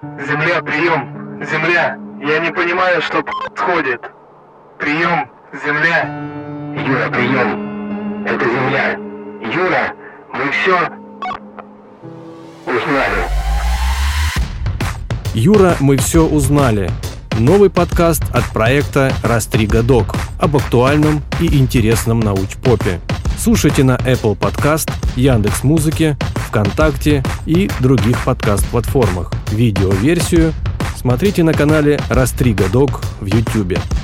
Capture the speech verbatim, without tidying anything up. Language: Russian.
Земля, прием! Земля! Я не понимаю, что происходит. Прием! Земля! Юра, прием! Это Земля! Юра, мы все узнали. Юра, мы все узнали. Новый подкаст от проекта «Растрига.Док» об актуальном и интересном научпопе. Слушайте на Apple Podcast, Яндекс.Музыке, ВКонтакте и других подкаст-платформах. Видеоверсию смотрите на канале «Растрига.Док» в YouTube.